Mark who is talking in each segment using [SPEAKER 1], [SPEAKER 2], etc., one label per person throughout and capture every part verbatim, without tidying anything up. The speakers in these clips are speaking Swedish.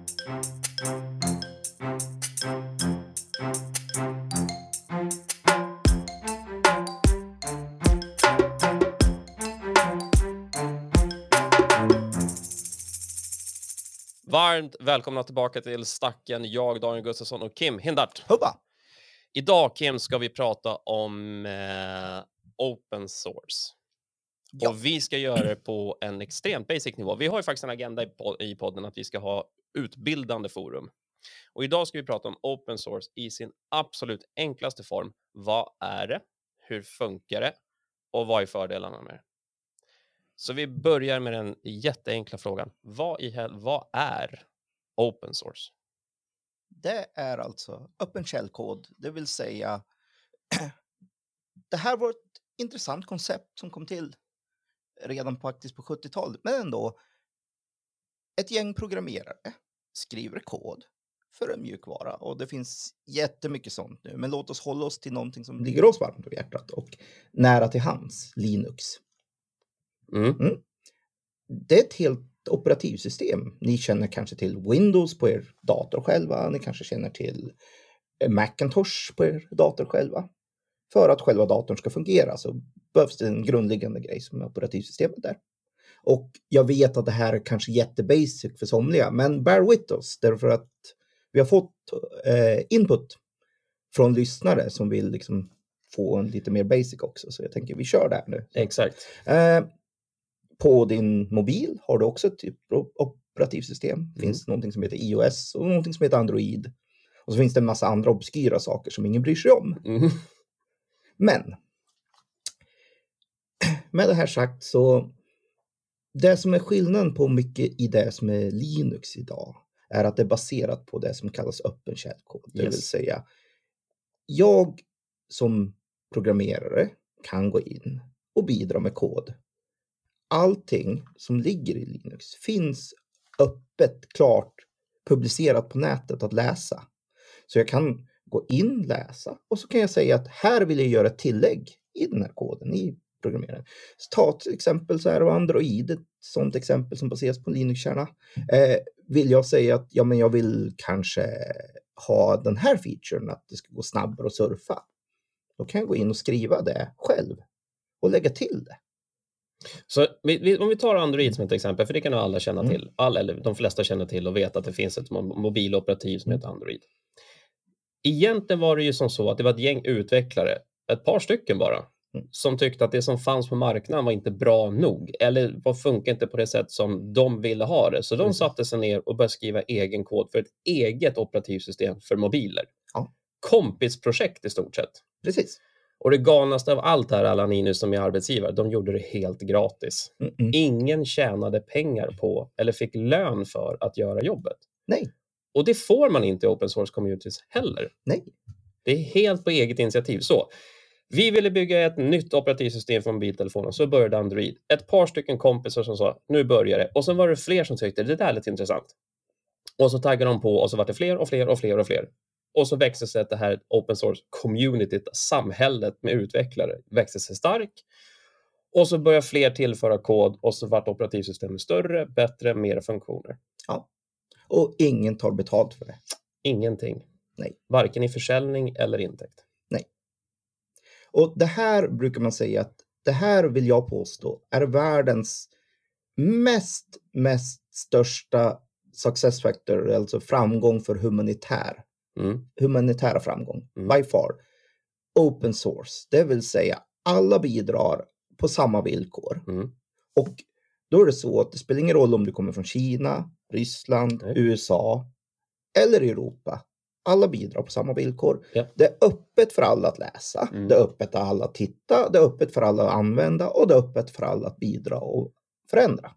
[SPEAKER 1] Varmt välkomna tillbaka till Stacken. Jag, Daniel Gustafsson och Kim Hindart.
[SPEAKER 2] Hoppa!
[SPEAKER 1] Idag, Kim, ska vi prata om eh, open source.
[SPEAKER 2] Ja.
[SPEAKER 1] Och vi ska göra det på en extremt basic nivå. Vi har ju faktiskt en agenda i, pod- i podden att vi ska ha utbildande forum. Och idag ska vi prata om open source i sin absolut enklaste form. Vad är det? Hur funkar det? Och vad är fördelarna med det? Så vi börjar med den jätteenkla frågan. Vad, i hel- vad är open source?
[SPEAKER 2] Det är alltså öppen källkod, det vill säga det här var ett intressant koncept som kom till redan faktiskt på sjuttiotalet, men ändå ett gäng programmerare skriver kod för en mjukvara och det finns jättemycket sånt nu, men låt oss hålla oss till någonting som ligger oss varmt om hjärtat och nära till hands, Linux.
[SPEAKER 1] Mm.
[SPEAKER 2] Mm. Det är ett helt operativsystem. Ni känner kanske till Windows på er dator själva. Ni kanske känner till Macintosh på er dator själva. För att själva datorn ska fungera så behövs det en grundläggande grej som är operativsystemet där. Och jag vet att det här är kanske jättebasic för somliga, men bear with us därför att vi har fått eh, input från lyssnare som vill liksom få en lite mer basic också. Så jag tänker vi kör där nu.
[SPEAKER 1] Exakt.
[SPEAKER 2] Eh, På din mobil har du också ett typ av operativsystem. Det finns mm. någonting som heter iOS och någonting som heter Android. Och så finns det en massa andra obskyra saker som ingen bryr sig om.
[SPEAKER 1] Mm.
[SPEAKER 2] Men med det här sagt så det som är skillnaden på mycket i det som är Linux idag är att det är baserat på det som kallas öppen källkod. Det
[SPEAKER 1] Yes.
[SPEAKER 2] vill säga jag som programmerare kan gå in och bidra med kod. Allting som ligger i Linux finns öppet, klart, publicerat på nätet att läsa. Så jag kan gå in, läsa och så kan jag säga att här vill jag göra ett tillägg i den här koden, i programmeringen. Så ta till exempel så här och Android, ett sånt exempel som baseras på Linux-kärna. Eh, vill jag säga att ja, men jag vill kanske ha den här featuren, att det ska gå snabbare att surfa. Då kan jag gå in och skriva det själv och lägga till det.
[SPEAKER 1] Så vi, vi, om vi tar Android som ett exempel, för det kan nog alla känna
[SPEAKER 2] Mm.
[SPEAKER 1] till. Alla, eller de flesta känner till och vet att det finns ett mobiloperativ som heter Android. Egentligen var det ju som så att det var ett gäng utvecklare, ett par stycken bara,
[SPEAKER 2] Mm.
[SPEAKER 1] som tyckte att det som fanns på marknaden var inte bra nog. Eller var funkar inte på det sätt som de ville ha det. Så de
[SPEAKER 2] Precis.
[SPEAKER 1] satte sig ner och började skriva egen kod för ett eget operativsystem för mobiler.
[SPEAKER 2] Ja.
[SPEAKER 1] Kompisprojekt i stort sett.
[SPEAKER 2] Precis.
[SPEAKER 1] Och det galnaste av allt här, alla ni nu som är arbetsgivare, de gjorde det helt gratis.
[SPEAKER 2] Mm-mm.
[SPEAKER 1] Ingen tjänade pengar på eller fick lön för att göra jobbet.
[SPEAKER 2] Nej.
[SPEAKER 1] Och det får man inte i open source communities heller.
[SPEAKER 2] Nej.
[SPEAKER 1] Det är helt på eget initiativ. Så vi ville bygga ett nytt operativsystem för mobiltelefonen, så började Android. Ett par stycken kompisar som sa, nu börjar det. Och så var det fler som tyckte, det där är lite intressant. Och så taggade de på och så var det fler och fler och fler och fler. Och så växte sig det här open source communityt, samhället med utvecklare, växte sig stark. Och så började fler tillföra kod och så vart operativsystemet större, bättre, mer funktioner.
[SPEAKER 2] Ja. Och ingen tar betalt för det.
[SPEAKER 1] Ingenting.
[SPEAKER 2] Nej.
[SPEAKER 1] Varken i försäljning eller intäkt.
[SPEAKER 2] Nej. Och det här brukar man säga att det här vill jag påstå är världens mest, mest största success factor, alltså framgång för humanitär.
[SPEAKER 1] Mm.
[SPEAKER 2] Humanitära framgång,
[SPEAKER 1] Mm.
[SPEAKER 2] by far. Open source, det vill säga alla bidrar på samma villkor.
[SPEAKER 1] Mm.
[SPEAKER 2] Och då är det så att det spelar ingen roll om du kommer från Kina, Ryssland,
[SPEAKER 1] Nej.
[SPEAKER 2] U S A eller Europa. Alla bidrar på samma villkor.
[SPEAKER 1] Ja.
[SPEAKER 2] Det är öppet för alla att läsa.
[SPEAKER 1] Mm.
[SPEAKER 2] Det är öppet för alla att titta. Det är öppet för alla att använda. Och det är öppet för alla att bidra och förändra.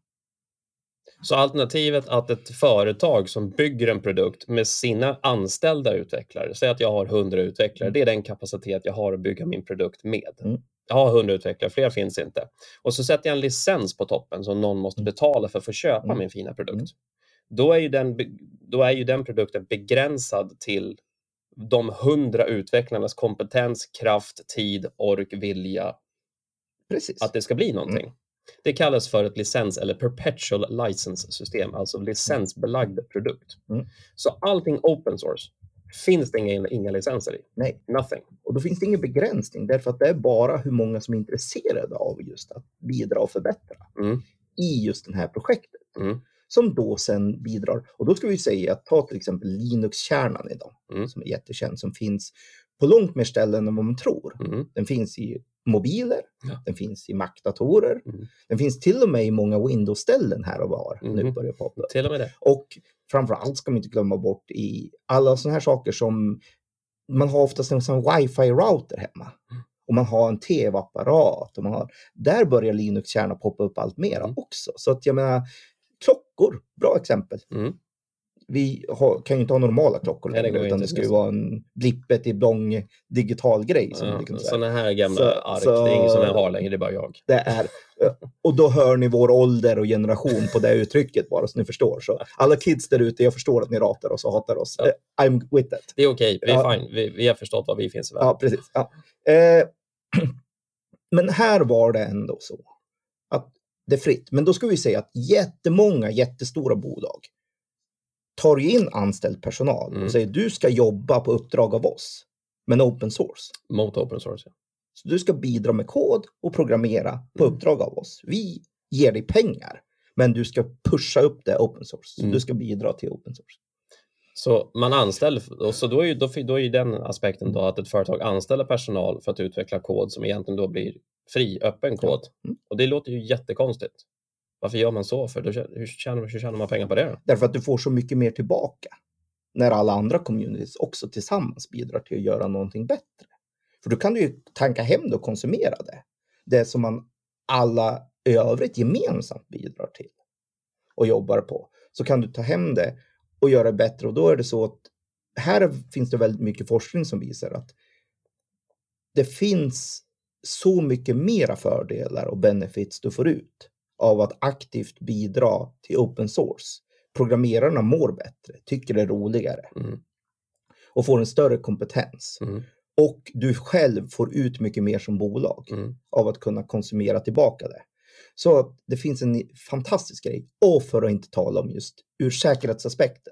[SPEAKER 1] Så alternativet att ett företag som bygger en produkt med sina anställda utvecklare, säg att jag har hundra utvecklare, det är den kapacitet jag har att bygga min produkt med.
[SPEAKER 2] Mm.
[SPEAKER 1] Jag har hundra utvecklare, fler finns inte. Och så sätter jag en licens på toppen som någon måste betala för att få köpa
[SPEAKER 2] Mm.
[SPEAKER 1] min fina produkt.
[SPEAKER 2] Mm.
[SPEAKER 1] Då är ju den, då är ju den produkten begränsad till de hundra utvecklarnas kompetens, kraft, tid, ork, vilja.
[SPEAKER 2] Precis.
[SPEAKER 1] Att det ska bli någonting.
[SPEAKER 2] Mm.
[SPEAKER 1] Det kallas för ett licens eller perpetual license-system, alltså licensbelagd produkt.
[SPEAKER 2] Mm.
[SPEAKER 1] Så allting open source finns det inga, inga licenser i.
[SPEAKER 2] Nej.
[SPEAKER 1] Nothing.
[SPEAKER 2] Och då finns det ingen begränsning, därför att det är bara hur många som är intresserade av just att bidra och förbättra
[SPEAKER 1] Mm.
[SPEAKER 2] i just det här projektet.
[SPEAKER 1] Mm.
[SPEAKER 2] Som då sen bidrar. Och då ska vi säga att ta till exempel Linux-kärnan idag,
[SPEAKER 1] Mm.
[SPEAKER 2] som är jättekänd, som finns på långt mer ställen än vad man tror.
[SPEAKER 1] Mm.
[SPEAKER 2] Den finns i mobiler,
[SPEAKER 1] Ja.
[SPEAKER 2] den finns i Mac-datorer,
[SPEAKER 1] Mm.
[SPEAKER 2] den finns till och med i många Windows-ställen här och var.
[SPEAKER 1] Mm.
[SPEAKER 2] Nu börjar poppa upp.
[SPEAKER 1] Till och med det.
[SPEAKER 2] Och framförallt ska man inte glömma bort i alla sådana här saker som man har oftast en sån wifi-router hemma.
[SPEAKER 1] Mm.
[SPEAKER 2] Och man har en tv-apparat. Och man har, där börjar Linux-kärna poppa upp allt mera
[SPEAKER 1] Mm.
[SPEAKER 2] också. Så att jag menar, klockor, bra exempel.
[SPEAKER 1] Mm.
[SPEAKER 2] Vi har, kan ju inte ha normala klockor
[SPEAKER 1] Nej, det
[SPEAKER 2] längre,
[SPEAKER 1] går
[SPEAKER 2] utan
[SPEAKER 1] inte.
[SPEAKER 2] det ska ju vara en blippet i blång digital grej. Som
[SPEAKER 1] Ja,
[SPEAKER 2] det kan säga.
[SPEAKER 1] sådana här gamla
[SPEAKER 2] Så-
[SPEAKER 1] ark,
[SPEAKER 2] så-
[SPEAKER 1] det är ingen som jag har längre, det är bara jag.
[SPEAKER 2] Det är, och då hör ni vår ålder och generation på det uttrycket bara, så ni förstår. Så alla kids där ute, jag förstår att ni ratar oss och hatar oss.
[SPEAKER 1] Ja.
[SPEAKER 2] Eh, I'm with that.
[SPEAKER 1] Det är okej, vi är
[SPEAKER 2] Ja.
[SPEAKER 1] fine. Vi, vi har förstått vad vi finns i världen.
[SPEAKER 2] Ja, precis. Ja. Eh, men här var det ändå så att det är fritt. Men då ska vi säga att jättemånga jättestora bolag tar ju in anställd personal
[SPEAKER 1] Mm.
[SPEAKER 2] och säger du ska jobba på uppdrag av oss, men open source.
[SPEAKER 1] Mot open source, ja.
[SPEAKER 2] Så du ska bidra med kod och programmera på
[SPEAKER 1] Mm.
[SPEAKER 2] uppdrag av oss. Vi ger dig pengar, men du ska pusha upp det open source. Så
[SPEAKER 1] Mm.
[SPEAKER 2] du ska bidra till open source.
[SPEAKER 1] Så man anställer, och så då är ju då, då är ju den aspekten då att ett företag anställer personal för att utveckla kod som egentligen då blir fri, öppen kod.
[SPEAKER 2] Mm.
[SPEAKER 1] Och det låter ju jättekonstigt. Varför gör man så? För då, hur, tjänar, hur tjänar man pengar på det då?
[SPEAKER 2] Därför att du får så mycket mer tillbaka när alla andra communities också tillsammans bidrar till att göra någonting bättre. För då kan du ju tanka hem det och konsumera det. Det som man alla i övrigt gemensamt bidrar till och jobbar på. Så kan du ta hem det och göra det bättre. Och då är det så att här finns det väldigt mycket forskning som visar att det finns så mycket mera fördelar och benefits du får ut av att aktivt bidra till open source. Programmerarna mår bättre, tycker det är roligare
[SPEAKER 1] Mm.
[SPEAKER 2] och får en större kompetens.
[SPEAKER 1] Mm.
[SPEAKER 2] Och du själv får ut mycket mer som bolag
[SPEAKER 1] Mm.
[SPEAKER 2] av att kunna konsumera tillbaka det. Så det finns en fantastisk grej. Och för att inte tala om just ur säkerhetsaspekten.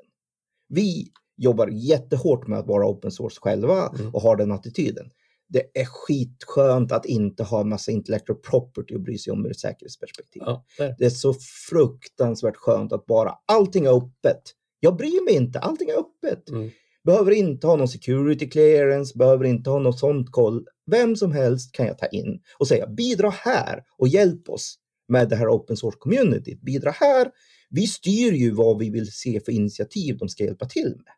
[SPEAKER 2] Vi jobbar jättehårt med att vara open source själva
[SPEAKER 1] Mm.
[SPEAKER 2] och har den attityden. Det är skitskönt att inte ha en massa intellectual property och bry sig om ur ett säkerhetsperspektiv.
[SPEAKER 1] Ja, där.
[SPEAKER 2] Det är så fruktansvärt skönt att bara allting är öppet. Jag bryr mig inte, allting är öppet.
[SPEAKER 1] Mm.
[SPEAKER 2] Behöver inte ha någon security clearance, behöver inte ha något sånt koll. Vem som helst kan jag ta in och säga bidra här och hjälp oss med det här open source communityt. Bidra här. Vi styr ju vad vi vill se för initiativ de ska hjälpa till med.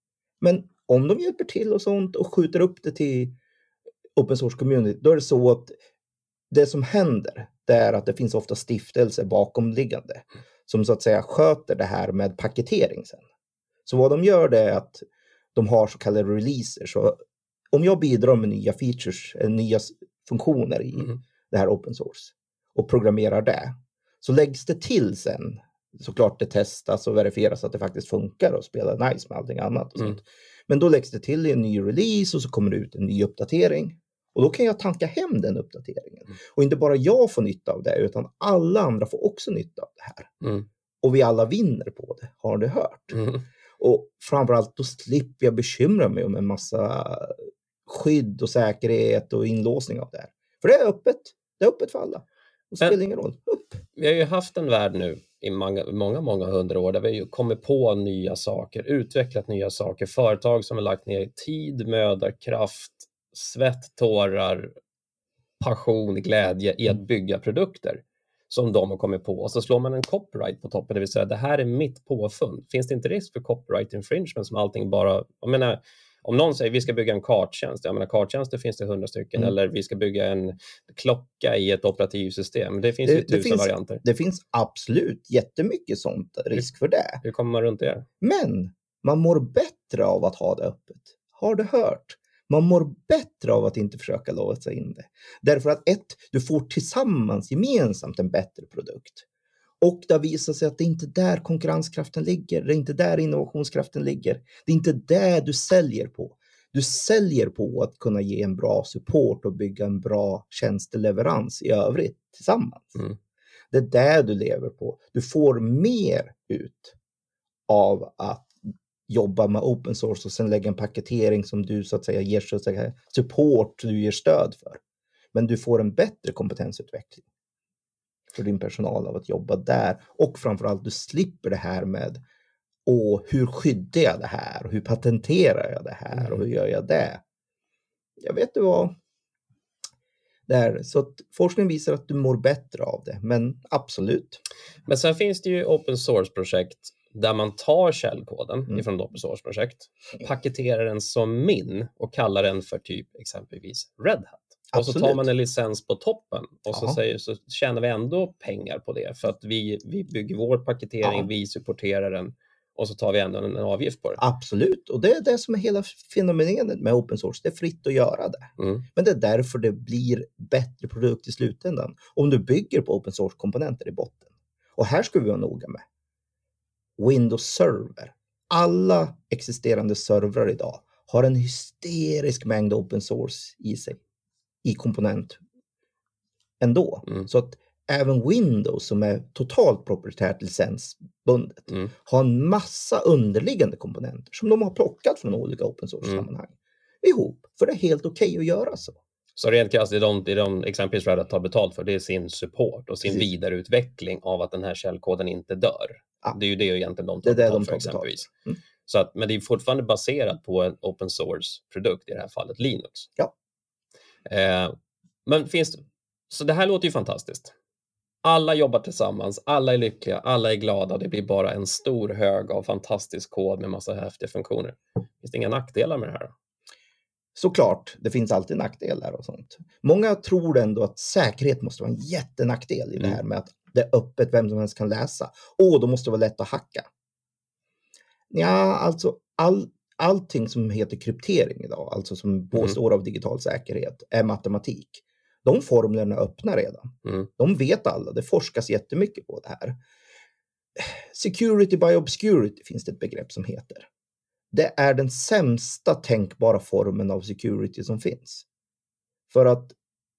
[SPEAKER 2] Men om de hjälper till och sånt och skjuter upp det till open source community, då är det så att det som händer, det är att det finns ofta stiftelser bakomliggande som så att säga sköter det här med paketering sen. Så vad de gör det är att de har så kallade releaser. Så om jag bidrar med nya features, eller nya funktioner i
[SPEAKER 1] Mm.
[SPEAKER 2] det här open source och programmerar det, så läggs det till sen. Såklart det testas och verifieras att det faktiskt funkar och spelar nice med allting annat. Och
[SPEAKER 1] Mm.
[SPEAKER 2] sånt. Men då läggs det till i en ny release och så kommer det ut en ny uppdatering. Och då kan jag tanka hem den uppdateringen.
[SPEAKER 1] Mm.
[SPEAKER 2] Och inte bara jag får nytta av det, utan alla andra får också nytta av det här.
[SPEAKER 1] Mm.
[SPEAKER 2] Och vi alla vinner på det, har du hört.
[SPEAKER 1] Mm.
[SPEAKER 2] Och framförallt då slipper jag bekymra mig om en massa skydd och säkerhet och inlåsning av det här. För det är öppet. Det är öppet för alla. Och det
[SPEAKER 1] Men-
[SPEAKER 2] spelar ingen roll. Upp.
[SPEAKER 1] Vi har ju haft en värld nu i många, många, många hundra år där vi har ju kommit på nya saker, utvecklat nya saker, företag som har lagt ner tid, möda, kraft, svett, tårar, passion, glädje i att bygga produkter som de har kommit på. Och så slår man en copyright på toppen, det vill säga det här är mitt påfund. Finns det inte risk för copyright infringement som allting bara, jag menar, om någon säger vi ska bygga en karttjänst, jag menar karttjänster finns det hundra stycken,
[SPEAKER 2] Mm.
[SPEAKER 1] eller vi ska bygga en klocka i ett operativsystem. Det finns ju
[SPEAKER 2] Det- det
[SPEAKER 1] tusen
[SPEAKER 2] finns-
[SPEAKER 1] varianter.
[SPEAKER 2] Det finns absolut jättemycket sånt risk för det.
[SPEAKER 1] Hur kommer man runt det?
[SPEAKER 2] Men man mår bättre av att ha det öppet. Har du hört? Man mår bättre av att inte försöka låsa in det. Därför att ett, du får tillsammans gemensamt en bättre produkt. Och det visar sig att det är inte där konkurrenskraften ligger. Det är inte där innovationskraften ligger. Det är inte där du säljer på. Du säljer på att kunna ge en bra support och bygga en bra tjänsteleverans i övrigt tillsammans.
[SPEAKER 1] Mm.
[SPEAKER 2] Det är där du lever på. Du får mer ut av att jobba med open source och sen lägga en paketering som du så att säga ger så att säga, support du ger stöd för. Men du får en bättre kompetensutveckling för din personal av att jobba där. Och framförallt du slipper det här med och hur skyddar jag det här? Och hur patenterar jag det här? Och hur gör jag det? Jag vet inte vad. Där. Så att forskning visar att du mår bättre av det. Men absolut.
[SPEAKER 1] Men sen finns det ju open source-projekt där man tar källkoden mm. ifrån ett open source-projekt, paketerar den som min och kallar den för typ exempelvis Red Hat. Absolut. Och så tar man en licens på toppen och så, säger, så tjänar vi ändå pengar på det för att vi, vi bygger vår paketering, ja. vi supporterar den och så tar vi ändå en, en avgift på det.
[SPEAKER 2] Absolut, och det är det som är hela fenomenet med open source. Det är fritt att göra det. Mm. Men det är därför det blir bättre produkt i slutändan. Om du bygger på open source-komponenter i botten. Och här ska vi vara noga med. Windows Server. Alla existerande servrar idag har en hysterisk mängd open source i sig. I komponent ändå. Mm. Så att även Windows som är totalt proprietärt licensbundet mm. har en massa underliggande komponenter som de har plockat från olika open source-sammanhang mm. ihop. För det är helt okej okay att göra så.
[SPEAKER 1] Så rent krasst, det de, det de exempelvis Red Hat tar betalt för, det är sin support och sin Precis. vidareutveckling av att den här källkoden inte dör. Ja. Det är ju det egentligen de tar
[SPEAKER 2] det
[SPEAKER 1] betalt
[SPEAKER 2] de
[SPEAKER 1] för
[SPEAKER 2] tar
[SPEAKER 1] exempelvis.
[SPEAKER 2] Mm.
[SPEAKER 1] Så att, men det är fortfarande baserat på en open source-produkt, i det här fallet Linux.
[SPEAKER 2] Ja.
[SPEAKER 1] Eh, men finns det, så det här låter ju fantastiskt. Alla jobbar tillsammans, alla är lyckliga, alla är glada. Det blir bara en stor hög av fantastisk kod med massa häftiga funktioner. Finns det inga nackdelar med det här?
[SPEAKER 2] Såklart, det finns alltid nackdelar och sånt. Många tror ändå att säkerhet måste vara en jättenackdel i mm. det här med att det är öppet, vem som helst kan läsa. Åh, då måste det vara lätt att hacka. Ja, alltså all, allting som heter kryptering idag, alltså som påstår mm. av digital säkerhet, är matematik. De formlerna är öppna redan. Mm. De vet alla, det forskas jättemycket på det här. Security by obscurity finns det ett begrepp som heter. Det är den sämsta tänkbara formen av security som finns. För att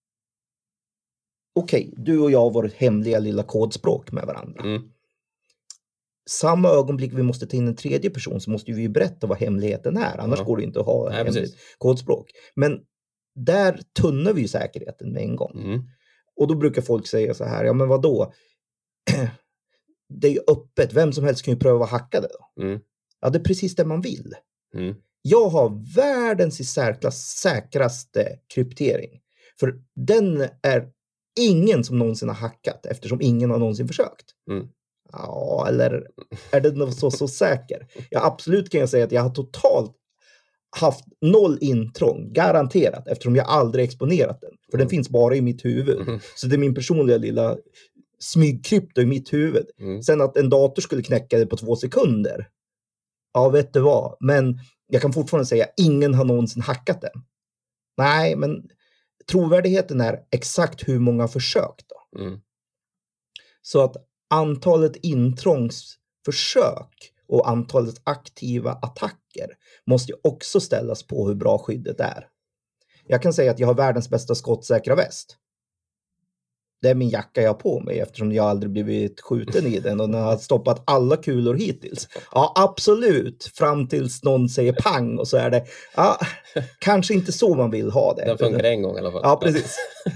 [SPEAKER 2] okej, okay, du och jag har varit hemliga lilla kodspråk med varandra. Mm. Samma ögonblick vi måste ta in en tredje person så måste vi ju berätta vad hemligheten är. Annars ja. går det inte att ha Nej, hemligt kodspråk. Men där tunnar vi ju säkerheten med en gång. Mm. Och då brukar folk säga så här, ja men vadå? Det är ju öppet, vem som helst kan ju pröva att hacka det då. Mm. Ja, det är precis det man vill. Mm. Jag har världens i särklass säkraste kryptering. För den är ingen som någonsin har hackat eftersom ingen har någonsin försökt. Mm. Ja, eller är det nog så, så säker? Ja, absolut kan jag säga att jag har totalt haft noll intrång, garanterat, eftersom jag aldrig exponerat den. För mm. den finns bara i mitt huvud. Mm. Så det är min personliga lilla smygkrypto i mitt huvud. Mm. Sen att en dator skulle knäcka det på två sekunder. Ja, vet du vad? Men jag kan fortfarande säga ingen har någonsin hackat den. Nej, men trovärdigheten är exakt hur många försök då. Mm. Så att antalet intrångsförsök och antalet aktiva attacker måste ju också ställas på hur bra skyddet är. Jag kan säga att jag har världens bästa skottsäkra väst. Det är min jacka jag har på mig eftersom jag aldrig blivit skjuten i den och den har stoppat alla kulor hittills. Ja, absolut. Fram tills någon säger pang och så är det, ja, kanske inte så man vill ha det.
[SPEAKER 1] Den funkar en gång i alla fall.
[SPEAKER 2] Ja, precis.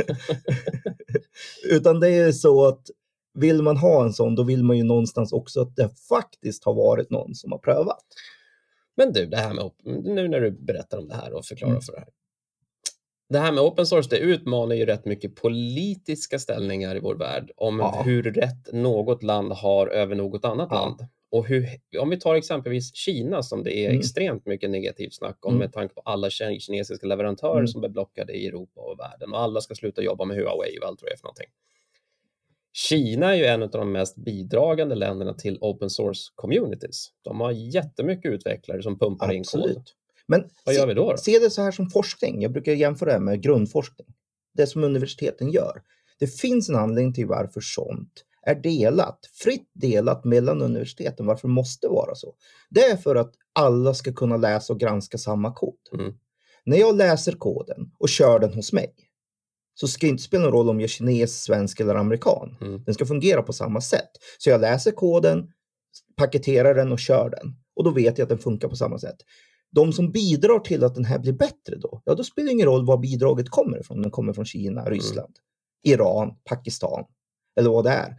[SPEAKER 2] Utan det är så att vill man ha en sån, då vill man ju någonstans också att det faktiskt har varit någon som har prövat.
[SPEAKER 1] Men du, det här med, nu när du berättar om det här och förklarar mm. för det här. Det här med open source, det utmanar ju rätt mycket politiska ställningar i vår värld om ja. hur rätt något land har över något annat ja. land. Och hur, om vi tar exempelvis Kina som det är mm. extremt mycket negativt snack om mm. med tanke på alla kinesiska leverantörer mm. som är blockade i Europa och världen och alla ska sluta jobba med Huawei och allt vad det är för någonting. Kina är ju en av de mest bidragande länderna till open source communities. De har jättemycket utvecklare som pumpar
[SPEAKER 2] Absolut.
[SPEAKER 1] in kod.
[SPEAKER 2] Men
[SPEAKER 1] vad
[SPEAKER 2] se,
[SPEAKER 1] gör vi då, då?
[SPEAKER 2] Se det så här som forskning. Jag brukar jämföra det med grundforskning. Det som universiteten gör. Det finns en anledning till varför sånt är delat. Fritt delat mellan universiteten. Varför det måste vara så. Det är för att alla ska kunna läsa och granska samma kod. Mm. När jag läser koden och kör den hos mig. så ska det inte spela någon roll om jag är kines, svensk eller amerikan.
[SPEAKER 1] Mm.
[SPEAKER 2] Den ska fungera på samma sätt. Så jag läser koden, paketerar den och kör den. Och då vet jag att den funkar på samma sätt. De som bidrar till att den här blir bättre då, ja då spelar det ingen roll var bidraget kommer ifrån. Den kommer från Kina, Ryssland, mm. Iran, Pakistan eller vad det är.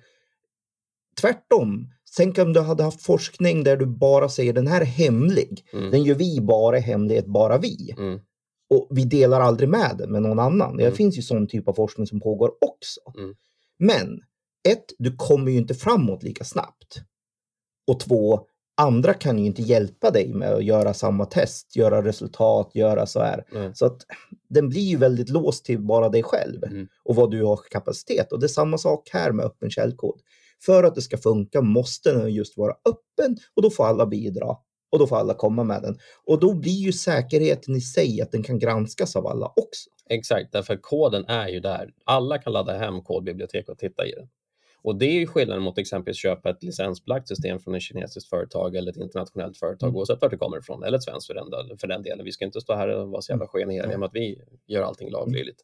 [SPEAKER 2] Tvärtom, tänk om du hade haft forskning där du bara säger den här är hemlig. Mm. Den gör vi bara hemlighet, bara vi. Mm. Och vi delar aldrig med den med någon annan. Mm. Det finns ju sån typ av forskning som pågår också. Mm. Men ett, du kommer ju inte framåt lika snabbt. Och två, andra kan ju inte hjälpa dig med att göra samma test, göra resultat, göra så här. Mm. Så att den blir ju väldigt låst till bara dig själv mm. och vad du har kapacitet. Och det är samma sak här med öppen källkod. För att det ska funka måste den just vara öppen och då får alla bidra. Och då får alla komma med den. Och då blir ju säkerheten i sig att den kan granskas av alla också.
[SPEAKER 1] Exakt, därför koden är ju där. Alla kan ladda hem kodbibliotek och titta i den. Och det är ju skillnaden mot exempelvis köpa ett licensbelagt system från ett kinesiskt företag eller ett internationellt företag, mm. oavsett vart det kommer ifrån, eller ett svenskt för den, för den delen. Vi ska inte stå här och vara så jävla skeniga mm. att vi gör allting laglydigt.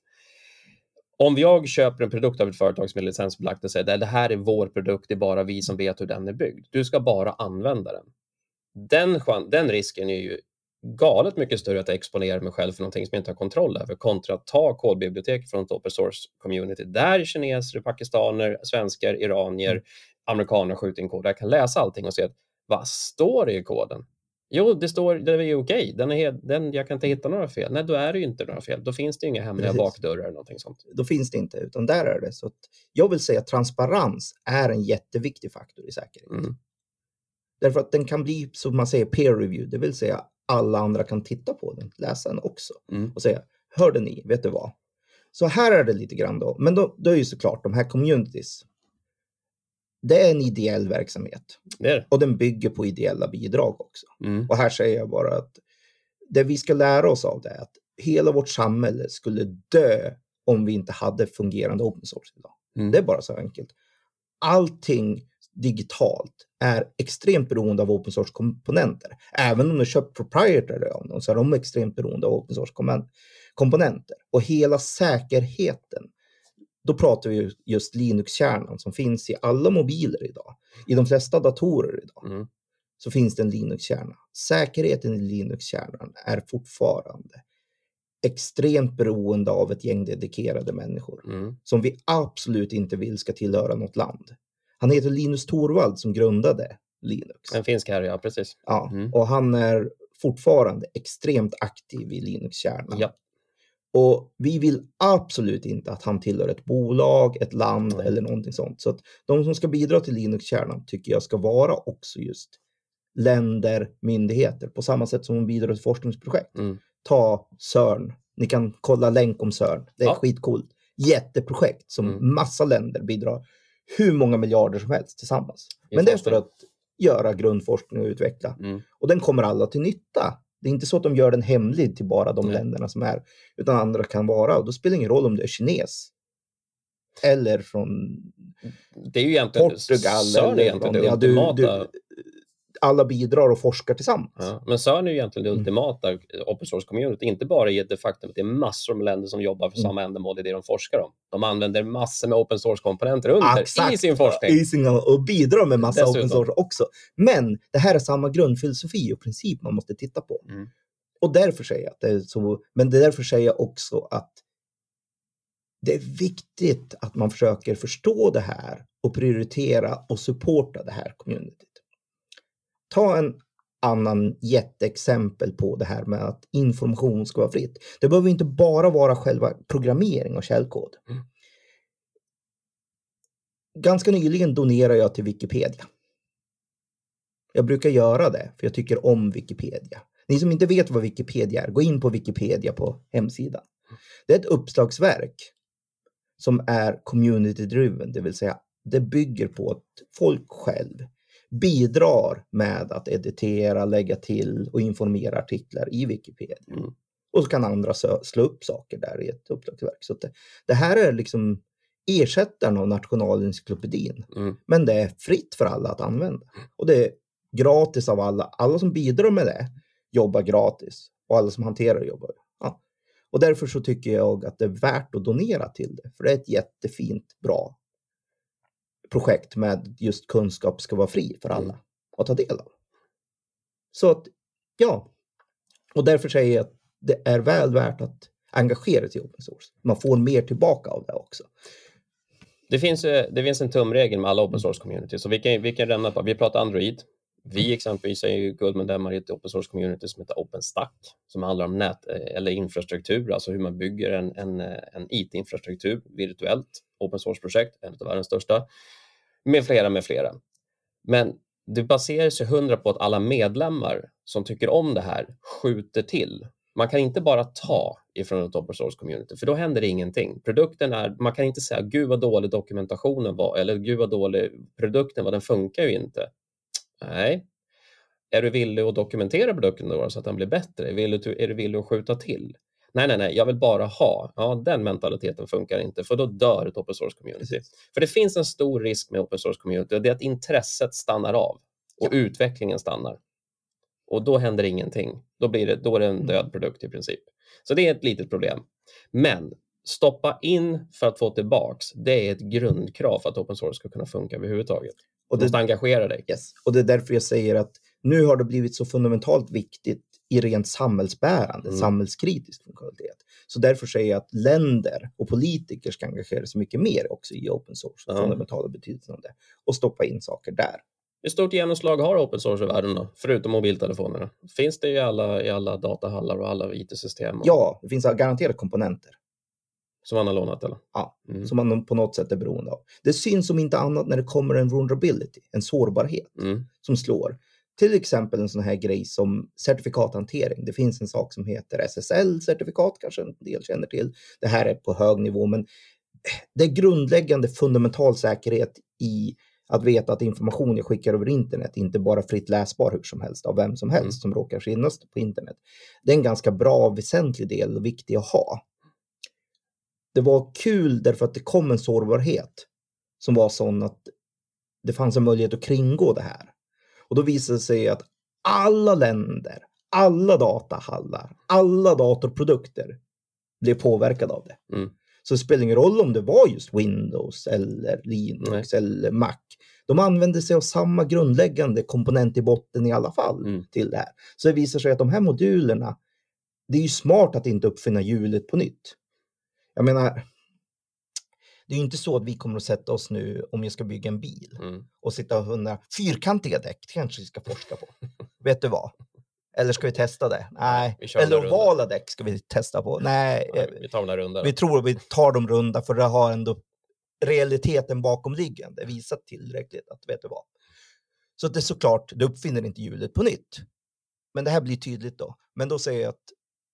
[SPEAKER 1] Om jag köper en produkt av ett företag som är licensbelagt och säger att det här är vår produkt, det är bara vi som vet hur den är byggd. Du ska bara använda den. Den, den risken är ju galet mycket större att exponera mig själv för någonting som jag inte har kontroll över kontra att ta kodbibliotek från ett open source community där kineser, pakistaner, svenskar, iranier, mm. amerikaner skjuter in kod. Jag kan läsa allting och se att vad står det i koden? Jo, det står, det är okej. Den är, den, jag kan inte hitta några fel. Nej, då är det ju inte några fel. Då finns det ju inga hemliga Precis. bakdörrar eller någonting sånt.
[SPEAKER 2] Då finns det inte, utan där är det. Så att jag vill säga att transparens är en jätteviktig faktor i säkerhet. Mm. Därför att den kan bli, som man säger, peer review. Det vill säga alla andra kan titta på den, läsa den också. Mm. Och säga, hörde ni, vet du vad? Så här är det lite grann då. Men då, då är ju såklart de här communities. Det är en ideell verksamhet.
[SPEAKER 1] Det är det.
[SPEAKER 2] Och den bygger på ideella bidrag också. Mm. Och här säger jag bara att det vi ska lära oss av det är att hela vårt samhälle skulle dö om vi inte hade fungerande open source idag. Mm. Det är bara så enkelt. Allting digitalt är extremt beroende av open source komponenter. Även om du köper proprietary av dem så är de extremt beroende av open source komponenter. Och hela säkerheten, då pratar vi just Linux-kärnan som finns i alla mobiler idag. I de flesta datorer idag mm. så finns det en Linux-kärna. Säkerheten i Linux-kärnan är fortfarande extremt beroende av ett gäng dedikerade människor. Mm. Som vi absolut inte vill ska tillhöra något land. Han heter Linus Torvald som grundade Linux.
[SPEAKER 1] En finsk här, ja, precis.
[SPEAKER 2] Ja, mm. och han är fortfarande extremt aktiv i Linux-kärnan. Ja. Och vi vill absolut inte att han tillhör ett bolag, ett land mm. eller någonting sånt. Så att de som ska bidra till Linux-kärnan tycker jag ska vara också just länder, myndigheter. På samma sätt som de bidrar till forskningsprojekt. Mm. Ta CERN. Ni kan kolla länk om CERN. Det är ja. skitcoolt. Jätteprojekt som mm. massa länder bidrar hur många miljarder som helst tillsammans. I Men det är för att göra grundforskning och utveckla. Mm. Och den kommer alla till nytta. Det är inte så att de gör den hemlig till bara de mm. länderna som är. Utan andra kan vara. Och då spelar det ingen roll om det är kines. Eller från
[SPEAKER 1] det är ju egentligen
[SPEAKER 2] Portugal.
[SPEAKER 1] CERN
[SPEAKER 2] eller
[SPEAKER 1] egentligen
[SPEAKER 2] från,
[SPEAKER 1] det
[SPEAKER 2] ja,
[SPEAKER 1] ultimata.
[SPEAKER 2] Du, du, alla bidrar och forskar tillsammans.
[SPEAKER 1] Ja, men CERN är ju egentligen det mm. ultimata open source community. Inte bara i det faktum att det är massor med länder som jobbar för mm. samma ändamål i det de forskar om. De använder massor med open source komponenter under Exakt. i sin forskning.
[SPEAKER 2] I sin, och bidrar med massa Dessutom. open source också. Men det här är samma grundfilosofi och princip man måste titta på. Mm. Och därför säger jag att det är så. Men det är därför säger jag också att det är viktigt att man försöker förstå det här och prioritera och supporta det här communityt. Ta en annan jätteexempel på det här med att information ska vara fritt. Det behöver inte bara vara själva programmering och källkod. Mm. Ganska nyligen donerar jag till Wikipedia. Jag brukar göra det för jag tycker om Wikipedia. Ni som inte vet vad Wikipedia är, gå in på Wikipedia på hemsidan. Det är ett uppslagsverk som är community driven, det vill säga det bygger på att folk själv bidrar med att editera, lägga till och informera artiklar i Wikipedia. Mm. Och så kan andra slå upp saker där i ett uppslagsverk. Så det, det här är liksom ersättaren av nationalencyklopedin. Mm. Men det är fritt för alla att använda. Och det är gratis av alla. Alla som bidrar med det jobbar gratis. Och alla som hanterar det jobbar. Ja. Och därför så tycker jag att det är värt att donera till det. För det är ett jättefint, bra projekt med just kunskap ska vara fri för alla mm. att ta del av. Så att, ja. Och därför säger jag att det är väl värt att engagera sig i open source. Man får mer tillbaka av det också.
[SPEAKER 1] Det finns, det finns en tumregel med alla open source community. Så vi kan, vi kan rämna på. Vi pratar Android. Vi exempelvis är ju guldmedlemmar i ett open source community som heter OpenStack. Som handlar om nät eller infrastruktur. Alltså hur man bygger en, en, en I T-infrastruktur virtuellt. Open source-projekt, en av världens största. Med flera, med flera. Men det baserar sig hundra på att alla medlemmar som tycker om det här skjuter till. Man kan inte bara ta ifrån ett open source community, för då händer det ingenting. Produkten är, man kan inte säga gud vad dålig dokumentationen var, eller gud vad dålig produkten var, den funkar ju inte. Nej. Är du villig att dokumentera produkten då så att den blir bättre? Är, vill du, är du villig att skjuta till? Nej, nej, nej, jag vill bara ha. Ja, den mentaliteten funkar inte, för då dör ett open source community. För det finns en stor risk med open source community, och det är att intresset stannar av och ja. utvecklingen stannar. Och då händer ingenting. Då, blir det, då är det en död produkt i princip. Så det är ett litet problem. Men stoppa in för att få tillbaks, det är ett grundkrav för att open source ska kunna funka överhuvudtaget. Och du måste engagera dig.
[SPEAKER 2] Yes. Och det är därför jag säger att nu har det blivit så fundamentalt viktigt i rent samhällsbärande, mm. samhällskritisk funktionalitet. Så därför säger jag att länder och politiker ska engagera sig mycket mer också i open source, och mm. fundamentala betydelsen av det. Och stoppa in saker där.
[SPEAKER 1] Hur stort genomslag har open source i världen då? Förutom mobiltelefonerna. Finns det i alla, i alla datahallar och alla I T-system? Och...
[SPEAKER 2] Ja, det finns garanterat komponenter.
[SPEAKER 1] Som man har lånat eller?
[SPEAKER 2] Ja, mm. som man på något sätt är beroende av. Det syns som inte annat när det kommer en vulnerability, en sårbarhet mm. som slår. Till exempel en sån här grej som certifikathantering. Det finns en sak som heter S S L-certifikat, kanske en del känner till. Det här är på hög nivå, men det är grundläggande fundamental säkerhet i att veta att information jag skickar över internet inte bara fritt läsbar hur som helst av vem som helst mm. som råkar finnas på internet. Det är en ganska bra, väsentlig del och viktig att ha. Det var kul därför att det kom en sårbarhet som var sån att det fanns en möjlighet att kringgå det här. Och då visade det sig att alla länder, alla datahallar, alla datorprodukter blev påverkade av det. Mm. Så det spelar ingen roll om det var just Windows eller Linux Nej. eller Mac. De använde sig av samma grundläggande komponent i botten i alla fall mm. till det här. Så det visar sig att de här modulerna, det är ju smart att inte uppfinna hjulet på nytt. Jag menar, det är ju inte så att vi kommer att sätta oss nu om jag ska bygga en bil mm. och sitta och hundra fyrkantiga däck, det kanske vi ska forska på. Vet du vad? Eller ska vi testa det? Nej. Eller ovala däck ska vi testa på. Nej.
[SPEAKER 1] Nej vi tar dem där runda.
[SPEAKER 2] Vi tror att vi tar dem runda för det har ändå realiteten bakomliggande visat tillräckligt att vet du vad. Så det är såklart, det uppfinner inte hjulet på nytt. Men det här blir tydligt då. Men då säger jag att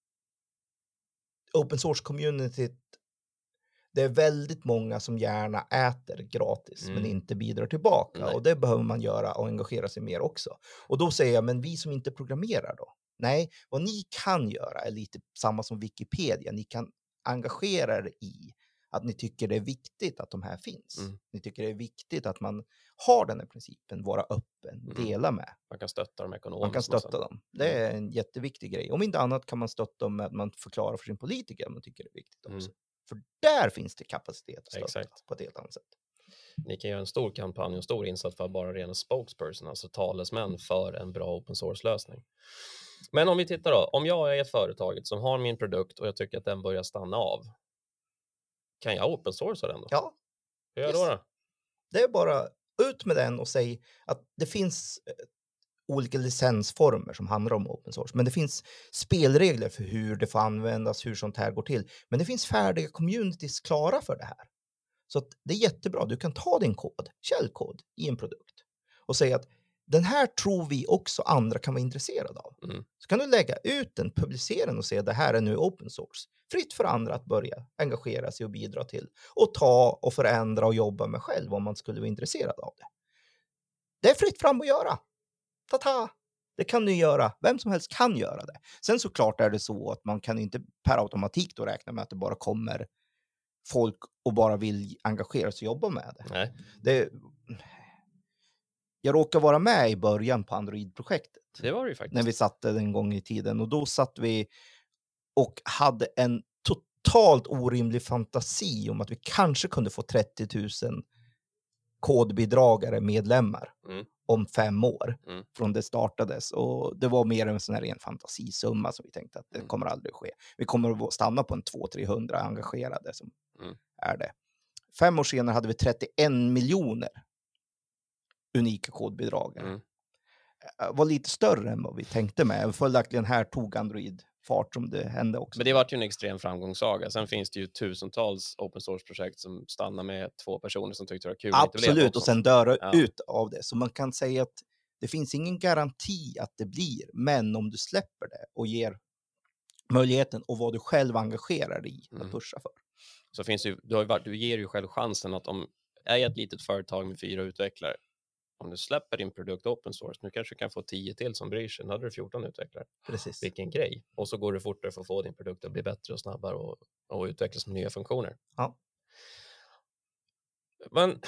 [SPEAKER 2] open source community, det är väldigt många som gärna äter gratis mm. men inte bidrar tillbaka. Nej. Och det behöver man göra och engagera sig mer också. Och då säger jag, men vi som inte programmerar då? Nej, vad ni kan göra är lite samma som Wikipedia. Ni kan engagera er i att ni tycker det är viktigt att de här finns. Mm. Ni tycker det är viktigt att man har den här principen, vara öppen, mm. dela med.
[SPEAKER 1] Man kan stötta dem ekonomiskt.
[SPEAKER 2] Man kan stötta dem. Det är en jätteviktig grej. Om inte annat kan man stötta dem med att man förklarar för sin politiker att man tycker det är viktigt också. Mm. För där finns det kapacitet att stötta Exakt. På ett helt annat sätt.
[SPEAKER 1] Ni kan göra en stor kampanj och en stor insats för att bara rena spokesperson, alltså talesmän för en bra open source-lösning. Men om vi tittar då, om jag är ett företag som har min produkt och jag tycker att den börjar stanna av, kan jag open sourca den då?
[SPEAKER 2] Ja.
[SPEAKER 1] Hur gör jag då, då?
[SPEAKER 2] Det är bara ut med den och säg att det finns olika licensformer som handlar om open source. Men det finns spelregler för hur det får användas, hur sånt här går till. Men det finns färdiga communities klara för det här. Så att det är jättebra. Du kan ta din kod, källkod i en produkt och säga att den här tror vi också andra kan vara intresserade av. Mm. Så kan du lägga ut den, publicera den och säga att det här är nu open source. Fritt för andra att börja engagera sig och bidra till. Och ta och förändra och jobba med själv om man skulle vara intresserad av det. Det är fritt fram att göra. Tata! Det kan du göra. Vem som helst kan göra det. Sen såklart är det så att man kan inte per automatik då räkna med att det bara kommer folk och bara vill engagera sig och jobba med det.
[SPEAKER 1] Nej.
[SPEAKER 2] det jag råkar vara med i början på Android-projektet.
[SPEAKER 1] Det var det ju faktiskt.
[SPEAKER 2] När vi satt en gång i tiden. Och då satt vi och hade en totalt orimlig fantasi om att vi kanske kunde få trettio tusen kodbidragare, medlemmar,
[SPEAKER 1] Mm.
[SPEAKER 2] om fem år
[SPEAKER 1] Mm.
[SPEAKER 2] från det startades. Och det var mer en sån här ren fantasisumma som vi tänkte att det
[SPEAKER 1] Mm. kommer
[SPEAKER 2] kommer aldrig ske. Vi kommer att stanna på en två till trehundra engagerade som
[SPEAKER 1] Mm.
[SPEAKER 2] är det. Fem år senare hade vi trettioen miljoner unika kodbidragare.
[SPEAKER 1] Mm.
[SPEAKER 2] Var lite större än vad vi tänkte med. Följaktligen här tog Android fart som det hände också.
[SPEAKER 1] Men det var ju en extrem framgångssaga. Sen finns det ju tusentals open source-projekt som stannar med två personer som tyckte det var kul.
[SPEAKER 2] Absolut, och sen dör
[SPEAKER 1] ja.
[SPEAKER 2] ut av det. Så man kan säga att det finns ingen garanti att det blir. Men om du släpper det och ger möjligheten och vad du själv engagerar dig i att
[SPEAKER 1] Mm.
[SPEAKER 2] pusha för.
[SPEAKER 1] Så finns det ju, du, har ju varit, du ger ju själv chansen att om är ett litet företag med fyra utvecklare, om du släpper din produkt open source, nu kanske du kan få tio till som bryr sig. Nu hade du fjorton utvecklare.
[SPEAKER 2] Precis.
[SPEAKER 1] Vilken grej. Och så går det fortare för att få din produkt att bli bättre och snabbare och, och utvecklas med nya funktioner.
[SPEAKER 2] Ja.
[SPEAKER 1] Men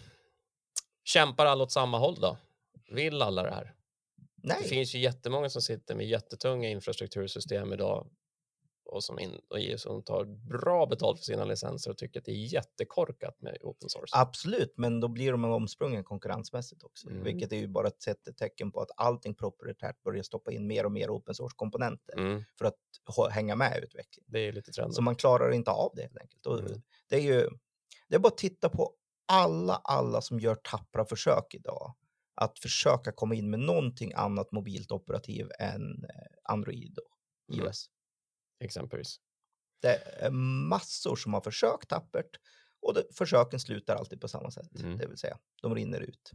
[SPEAKER 1] kämpar alla åt samma håll då? Vill alla det här?
[SPEAKER 2] Nej.
[SPEAKER 1] Det finns ju jättemånga som sitter med jättetunga infrastruktursystem idag och som, in, och som tar bra betalt för sina licenser och tycker att det är jättekorkat med open source.
[SPEAKER 2] Absolut, men då blir de omsprungen konkurrensmässigt också.
[SPEAKER 1] Mm.
[SPEAKER 2] Vilket är ju bara ett sätt, ett tecken på att allting proprietärt börjar stoppa in mer och mer open source-komponenter
[SPEAKER 1] Mm.
[SPEAKER 2] för att h- hänga med i utvecklingen.
[SPEAKER 1] Det är lite trenden.
[SPEAKER 2] Så man klarar inte av det helt enkelt. Och
[SPEAKER 1] Mm.
[SPEAKER 2] det är ju det är bara att titta på alla, alla som gör tappra försök idag. Att försöka komma in med någonting annat mobilt operativ än Android och iOS.
[SPEAKER 1] Mm. Exempelvis.
[SPEAKER 2] Det är massor som har försökt tappert och det, försöken slutar alltid på samma sätt.
[SPEAKER 1] Mm.
[SPEAKER 2] Det vill säga, de rinner ut.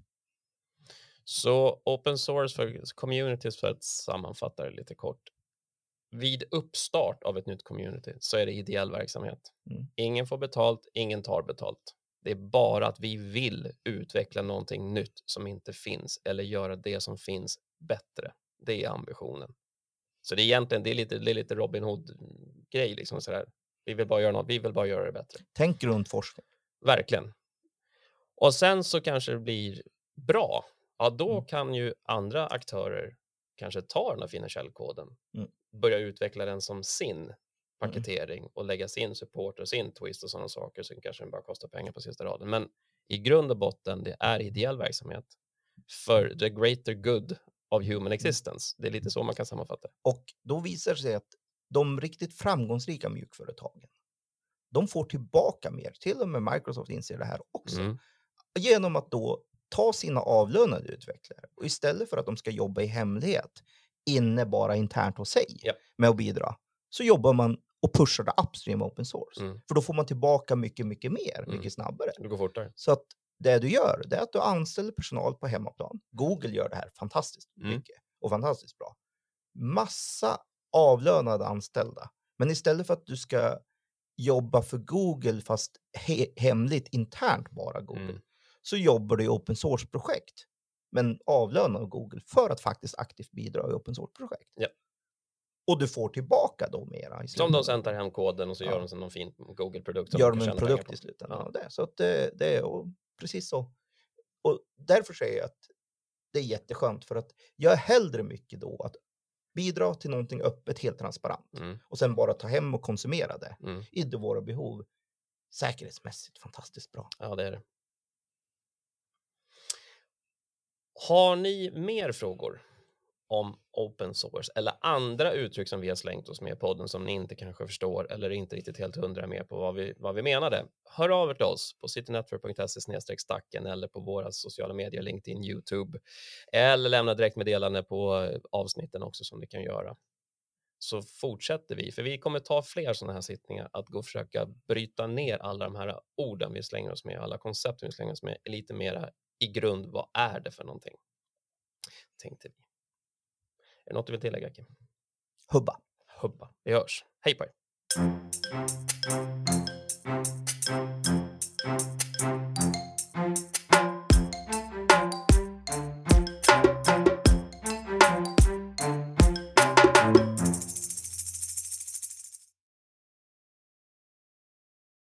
[SPEAKER 1] Så open source för communities, för att sammanfatta det lite kort. Vid uppstart av ett nytt community så är det ideell verksamhet.
[SPEAKER 2] Mm.
[SPEAKER 1] Ingen får betalt, ingen tar betalt. Det är bara att vi vill utveckla någonting nytt som inte finns eller göra det som finns bättre. Det är ambitionen. Så det är egentligen det är lite, det är lite Robin Hood-grej. Liksom sådär. Vi vill bara göra något, vi vill bara göra det bättre.
[SPEAKER 2] Tänk grundforskning.
[SPEAKER 1] Verkligen. Och sen så kanske det blir bra. Ja, då
[SPEAKER 2] Mm.
[SPEAKER 1] kan ju andra aktörer kanske ta den här fina källkoden.
[SPEAKER 2] Mm.
[SPEAKER 1] Börja utveckla den som sin paketering mm. och lägga sin support och sin twist och sådana saker, så kanske den bara kostar pengar på sista raden. Men i grund och botten, det är ideell verksamhet för the greater good of human existence. Det är lite så man kan sammanfatta.
[SPEAKER 2] Och då visar det sig att de riktigt framgångsrika mjukföretagen, de får tillbaka mer. Till och med Microsoft inser det här också.
[SPEAKER 1] Mm.
[SPEAKER 2] Genom att då ta sina avlönade utvecklare och istället för att de ska jobba i hemlighet inne bara internt hos sig
[SPEAKER 1] Ja.
[SPEAKER 2] med att bidra, så jobbar man och pushar det upstream open source.
[SPEAKER 1] Mm.
[SPEAKER 2] För då får man tillbaka mycket, mycket mer,
[SPEAKER 1] Mm.
[SPEAKER 2] mycket snabbare.
[SPEAKER 1] Det går fortare.
[SPEAKER 2] Så att det du gör, det är att du anställer personal på hemmaplan. Google gör det här fantastiskt
[SPEAKER 1] Mm.
[SPEAKER 2] mycket och fantastiskt bra. Massa avlönade anställda. Men istället för att du ska jobba för Google fast he- hemligt internt bara Google,
[SPEAKER 1] Mm.
[SPEAKER 2] så jobbar du i open source-projekt. Men avlönad av Google för att faktiskt aktivt bidra i open source-projekt.
[SPEAKER 1] Ja.
[SPEAKER 2] Och du får tillbaka då mera. I
[SPEAKER 1] Som de sen tar hem koden och så
[SPEAKER 2] Ja.
[SPEAKER 1] gör de sen någon fin Google-produkt. som
[SPEAKER 2] Gör
[SPEAKER 1] kan
[SPEAKER 2] de en
[SPEAKER 1] tjäna pengar
[SPEAKER 2] produkt
[SPEAKER 1] på.
[SPEAKER 2] i slutändan
[SPEAKER 1] Ja.
[SPEAKER 2] av det. Så att det, det är och precis så. Och därför säger jag att det är jätteskönt, för att jag är hellre mycket då att bidra till någonting öppet, helt transparent.
[SPEAKER 1] Mm.
[SPEAKER 2] Och sen bara ta hem och konsumera det.
[SPEAKER 1] Mm.
[SPEAKER 2] I det våra behov. Säkerhetsmässigt fantastiskt bra.
[SPEAKER 1] Ja, det är det. Har ni mer frågor om open source eller andra uttryck som vi har slängt oss med i podden som ni inte kanske förstår eller inte riktigt helt hundra med på vad vi, vad vi menade? Hör av er till oss på citynetwork punkt se slash stacken eller på våra sociala medier, LinkedIn, YouTube, eller lämna direktmeddelande på avsnitten också som ni kan göra. Så fortsätter vi, för vi kommer ta fler sådana här sittningar att gå och försöka bryta ner alla de här orden vi slänger oss med, alla koncept vi slänger oss med, lite mera i grund. Vad är det för någonting? Tänkte vi. Är det något du vill tillägga, Kim?
[SPEAKER 2] Hubba.
[SPEAKER 1] Hubba. Vi hörs. Hej på er.